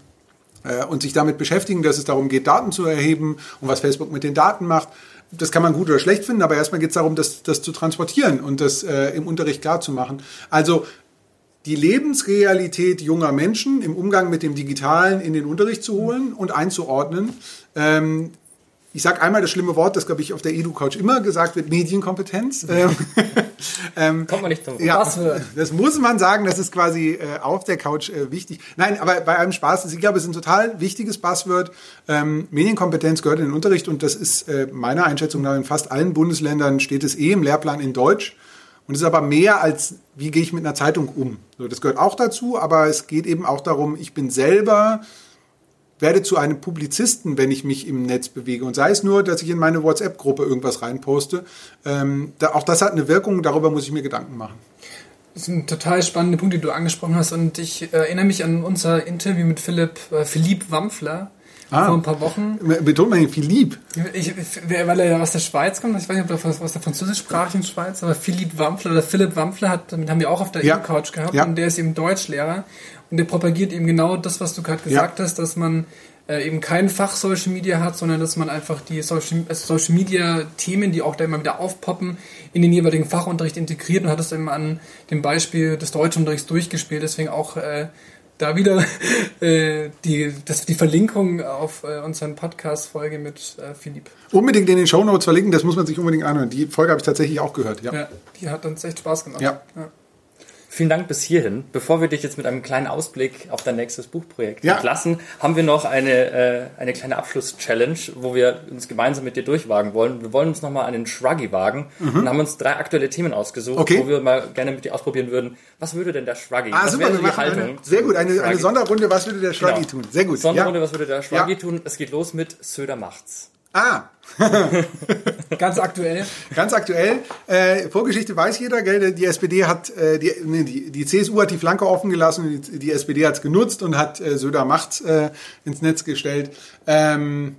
Und sich damit beschäftigen, dass es darum geht, Daten zu erheben und was Facebook mit den Daten macht. Das kann man gut oder schlecht finden, aber erstmal geht es darum, das zu transportieren und das im Unterricht klar zu machen. Also die Lebensrealität junger Menschen im Umgang mit dem Digitalen in den Unterricht zu holen und einzuordnen. Ich sage einmal das schlimme Wort, das, glaube ich, auf der EduCouch immer gesagt wird, Medienkompetenz. Kommt man nicht zum Buzzword. Das muss man sagen, das ist quasi auf der Couch wichtig. Nein, aber bei allem Spaß, ich glaube, es ist ein total wichtiges Buzzword. Medienkompetenz gehört in den Unterricht und das ist meiner Einschätzung nach in fast allen Bundesländern steht es im Lehrplan in Deutsch. Und es ist aber mehr als, wie gehe ich mit einer Zeitung um. So, das gehört auch dazu, aber es geht eben auch darum, ich bin selber, werde zu einem Publizisten, wenn ich mich im Netz bewege. Und sei es nur, dass ich in meine WhatsApp-Gruppe irgendwas reinposte. Auch das hat eine Wirkung, darüber muss ich mir Gedanken machen. Das sind total spannende Punkte, die du angesprochen hast. Und ich erinnere mich an unser Interview mit Philipp Wampfler vor ein paar Wochen. Betont man ihn Philipp? Weil er ja aus der Schweiz kommt. Ich weiß nicht, ob er aus der französischsprachigen Schweiz, aber Philipp Wampfler damit haben wir auch auf der Couch gehabt. Ja. Und der ist eben Deutschlehrer. Und der propagiert eben genau das, was du gerade gesagt hast, dass man eben kein Fach Social Media hat, sondern dass man einfach die Social Media Themen, die auch da immer wieder aufpoppen, in den jeweiligen Fachunterricht integriert und hat das eben an dem Beispiel des Deutschunterrichts durchgespielt. Deswegen auch da wieder die Verlinkung auf unseren Podcast-Folge mit Philipp. Unbedingt in den Shownotes verlinken, das muss man sich unbedingt anhören. Die Folge habe ich tatsächlich auch gehört. Ja, die hat uns echt Spaß gemacht. Ja. Vielen Dank bis hierhin. Bevor wir dich jetzt mit einem kleinen Ausblick auf dein nächstes Buchprojekt entlassen, haben wir noch eine kleine Abschluss-Challenge, wo wir uns gemeinsam mit dir durchwagen wollen. Wir wollen uns nochmal an den Shruggy wagen und haben uns 3 aktuelle Themen ausgesucht, wo wir mal gerne mit dir ausprobieren würden. Was würde denn der Shruggy? Was super, wir machen sehr gut, eine Sonderrunde, was würde der Shruggy tun? Sehr gut. Sonderrunde, was würde der Shruggy tun? Es geht los mit Söder macht's. Ganz aktuell. Ganz aktuell. Vorgeschichte weiß jeder, gell? Die SPD hat, die CSU hat die Flanke offen gelassen, die SPD hat es genutzt und hat Söder macht's ins Netz gestellt. Was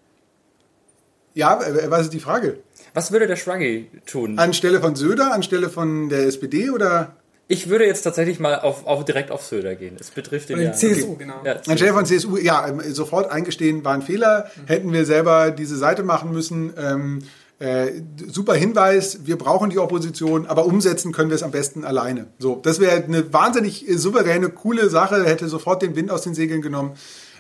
ist die Frage? Was würde der Shruggy tun? Anstelle von Söder, anstelle von der SPD oder? Ich würde jetzt tatsächlich mal direkt auf Söder gehen. Es betrifft den CSU, genau. Ja, anstelle von CSU, sofort eingestehen, war ein Fehler. Hätten wir selber diese Seite machen müssen. Super Hinweis, wir brauchen die Opposition, aber umsetzen können wir es am besten alleine. So, das wäre eine wahnsinnig souveräne, coole Sache, hätte sofort den Wind aus den Segeln genommen.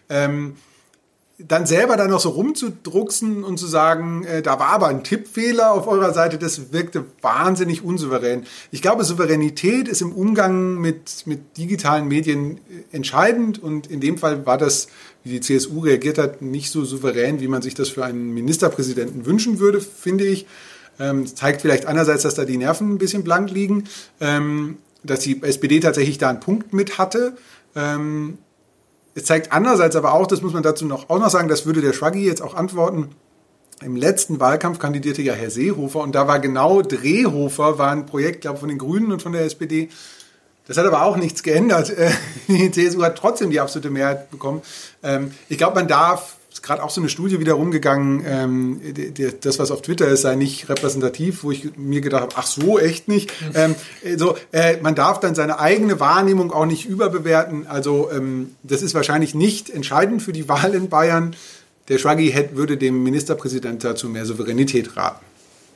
Dann selber noch so rumzudrucksen und zu sagen, da war aber ein Tippfehler auf eurer Seite, das wirkte wahnsinnig unsouverän. Ich glaube, Souveränität ist im Umgang mit digitalen Medien entscheidend und in dem Fall war das, wie die CSU reagiert hat, nicht so souverän, wie man sich das für einen Ministerpräsidenten wünschen würde, finde ich. Zeigt vielleicht einerseits, dass da die Nerven ein bisschen blank liegen, dass die SPD tatsächlich da einen Punkt mit hatte. Es zeigt andererseits aber auch, das muss man dazu auch noch sagen, das würde der Shruggy jetzt auch antworten, im letzten Wahlkampf kandidierte ja Herr Seehofer und da war genau Drehhofer, war ein Projekt, glaube ich, von den Grünen und von der SPD. Das hat aber auch nichts geändert. Die CSU hat trotzdem die absolute Mehrheit bekommen. Ich glaube, man darf, ist gerade auch so eine Studie wieder rumgegangen, das, was auf Twitter ist, sei nicht repräsentativ, wo ich mir gedacht habe, ach so, echt nicht. Man darf dann seine eigene Wahrnehmung auch nicht überbewerten. Also das ist wahrscheinlich nicht entscheidend für die Wahl in Bayern. Der Shruggy würde dem Ministerpräsidenten dazu mehr Souveränität raten.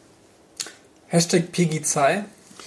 #PGZei.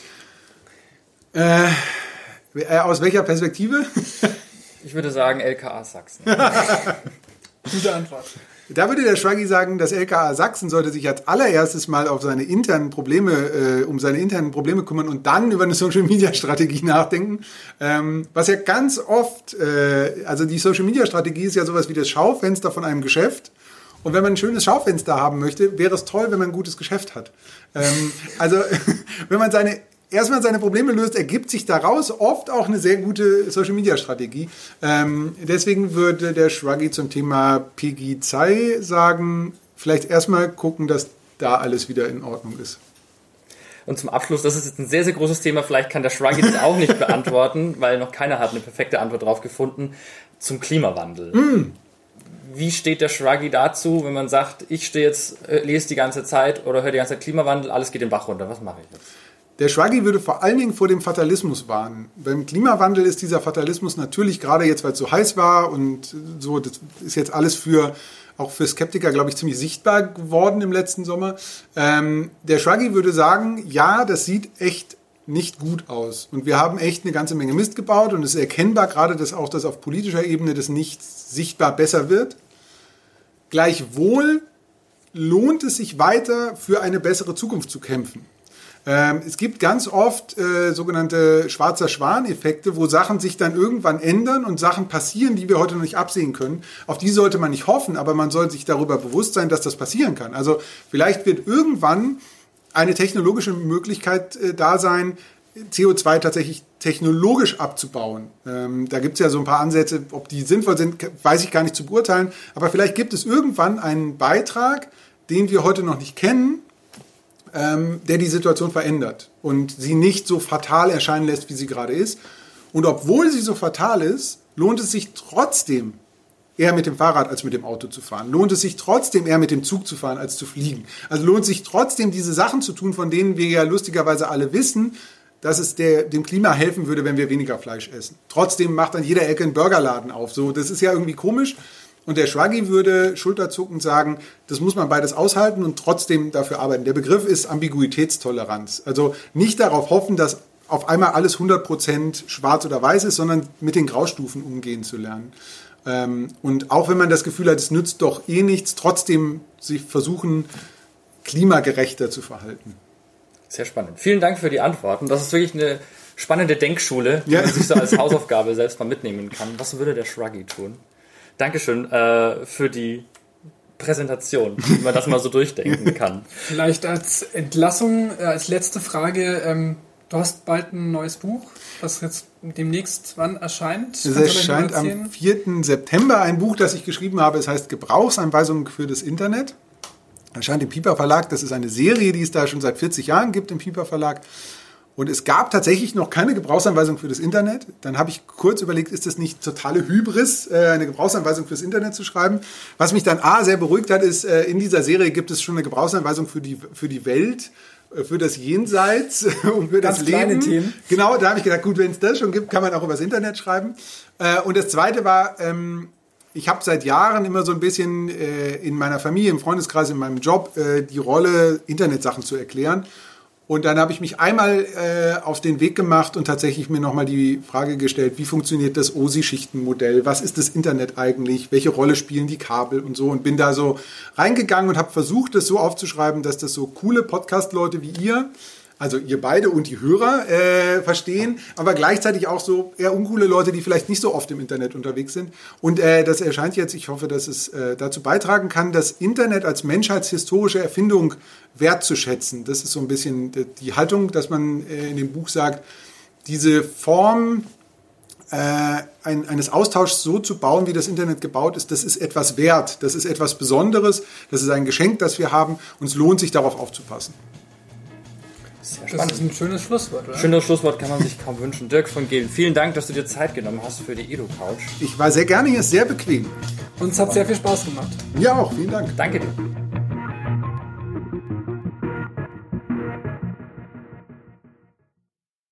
Aus welcher Perspektive? Ich würde sagen LKA Sachsen. Gute Antwort. Da würde der Shruggy sagen, das LKA Sachsen sollte sich als allererstes mal um seine internen Probleme kümmern und dann über eine Social-Media-Strategie nachdenken. Was ja ganz oft, also die Social-Media-Strategie ist ja sowas wie das Schaufenster von einem Geschäft. Und wenn man ein schönes Schaufenster haben möchte, wäre es toll, wenn man ein gutes Geschäft hat. Wenn man erstmal seine Probleme löst, ergibt sich daraus oft auch eine sehr gute Social-Media-Strategie. Deswegen würde der Shruggy zum Thema PGZei sagen, vielleicht erstmal gucken, dass da alles wieder in Ordnung ist. Und zum Abschluss, das ist jetzt ein sehr, sehr großes Thema, vielleicht kann der Shruggy das auch nicht beantworten, weil noch keiner hat eine perfekte Antwort drauf gefunden, zum Klimawandel. Wie steht der Shruggy dazu, wenn man sagt, ich lese die ganze Zeit oder höre die ganze Zeit Klimawandel, alles geht den Bach runter, was mache ich jetzt? Der Shruggy würde vor allen Dingen vor dem Fatalismus warnen. Beim Klimawandel ist dieser Fatalismus natürlich, gerade jetzt, weil es so heiß war und so, das ist jetzt alles auch für Skeptiker, glaube ich, ziemlich sichtbar geworden im letzten Sommer. Der Shruggy würde sagen, ja, das sieht echt nicht gut aus. Und wir haben echt eine ganze Menge Mist gebaut und es ist erkennbar gerade, dass auch das auf politischer Ebene das nicht sichtbar besser wird. Gleichwohl lohnt es sich weiter, für eine bessere Zukunft zu kämpfen. Es gibt ganz oft sogenannte schwarzer Schwan-Effekte, wo Sachen sich dann irgendwann ändern und Sachen passieren, die wir heute noch nicht absehen können. Auf die sollte man nicht hoffen, aber man soll sich darüber bewusst sein, dass das passieren kann. Also vielleicht wird irgendwann eine technologische Möglichkeit da sein, CO2 tatsächlich technologisch abzubauen. Da gibt es ja so ein paar Ansätze, ob die sinnvoll sind, weiß ich gar nicht zu beurteilen. Aber vielleicht gibt es irgendwann einen Beitrag, den wir heute noch nicht kennen, der die Situation verändert und sie nicht so fatal erscheinen lässt, wie sie gerade ist. Und obwohl sie so fatal ist, lohnt es sich trotzdem, eher mit dem Fahrrad als mit dem Auto zu fahren. Lohnt es sich trotzdem, eher mit dem Zug zu fahren als zu fliegen. Also lohnt es sich trotzdem, diese Sachen zu tun, von denen wir ja lustigerweise alle wissen, dass es dem Klima helfen würde, wenn wir weniger Fleisch essen. Trotzdem macht an jeder Ecke ein Burgerladen auf. So, das ist ja irgendwie komisch. Und der Schraggy würde schulterzuckend sagen, das muss man beides aushalten und trotzdem dafür arbeiten. Der Begriff ist Ambiguitätstoleranz. Also nicht darauf hoffen, dass auf einmal alles 100% schwarz oder weiß ist, sondern mit den Graustufen umgehen zu lernen. Und auch wenn man das Gefühl hat, es nützt doch eh nichts, trotzdem sich versuchen, klimagerechter zu verhalten. Sehr spannend. Vielen Dank für die Antworten. Das ist wirklich eine spannende Denkschule, die man sich so als Hausaufgabe selbst mal mitnehmen kann. Was würde der Schraggy tun? Dankeschön für die Präsentation, wie man das mal so durchdenken kann. Vielleicht als Entlassung, als letzte Frage, du hast bald ein neues Buch, das jetzt demnächst wann erscheint? Es erscheint am 4. September ein Buch, das ich geschrieben habe. Es heißt Gebrauchsanweisungen für das Internet. Erscheint im Piper Verlag. Das ist eine Serie, die es da schon seit 40 Jahren gibt im Piper Verlag. Und es gab tatsächlich noch keine Gebrauchsanweisung für das Internet. Dann habe ich kurz überlegt, ist das nicht totale Hybris, eine Gebrauchsanweisung fürs Internet zu schreiben? Was mich dann sehr beruhigt hat, ist, in dieser Serie gibt es schon eine Gebrauchsanweisung für die Welt, für das Jenseits und für das Leben. Ganz kleine Themen. Genau, da habe ich gedacht, gut, wenn es das schon gibt, kann man auch über das Internet schreiben. Und das Zweite war, ich habe seit Jahren immer so ein bisschen in meiner Familie, im Freundeskreis, in meinem Job die Rolle, Internetsachen zu erklären. Und dann habe ich mich einmal auf den Weg gemacht und tatsächlich mir nochmal die Frage gestellt, wie funktioniert das OSI-Schichtenmodell? Was ist das Internet eigentlich? Welche Rolle spielen die Kabel und so? Und bin da so reingegangen und habe versucht, das so aufzuschreiben, dass das so coole Podcast-Leute wie ihr, also ihr beide und die Hörer, verstehen, aber gleichzeitig auch so eher uncoole Leute, die vielleicht nicht so oft im Internet unterwegs sind. Und das erscheint jetzt, ich hoffe, dass es dazu beitragen kann, das Internet als menschheitshistorische Erfindung wertzuschätzen. Das ist so ein bisschen die Haltung, dass man in dem Buch sagt, diese Form eines Austauschs so zu bauen, wie das Internet gebaut ist, das ist etwas wert, das ist etwas Besonderes, das ist ein Geschenk, das wir haben und es lohnt sich, darauf aufzupassen. Sehr spannend. Das ist ein schönes Schlusswort, oder? Schönes Schlusswort kann man sich kaum wünschen. Dirk von Gehlen, vielen Dank, dass du dir Zeit genommen hast für die Edu-Couch. Ich war sehr gerne hier, sehr bequem. Uns hat sehr viel Spaß gemacht. Ja auch, vielen Dank. Danke dir.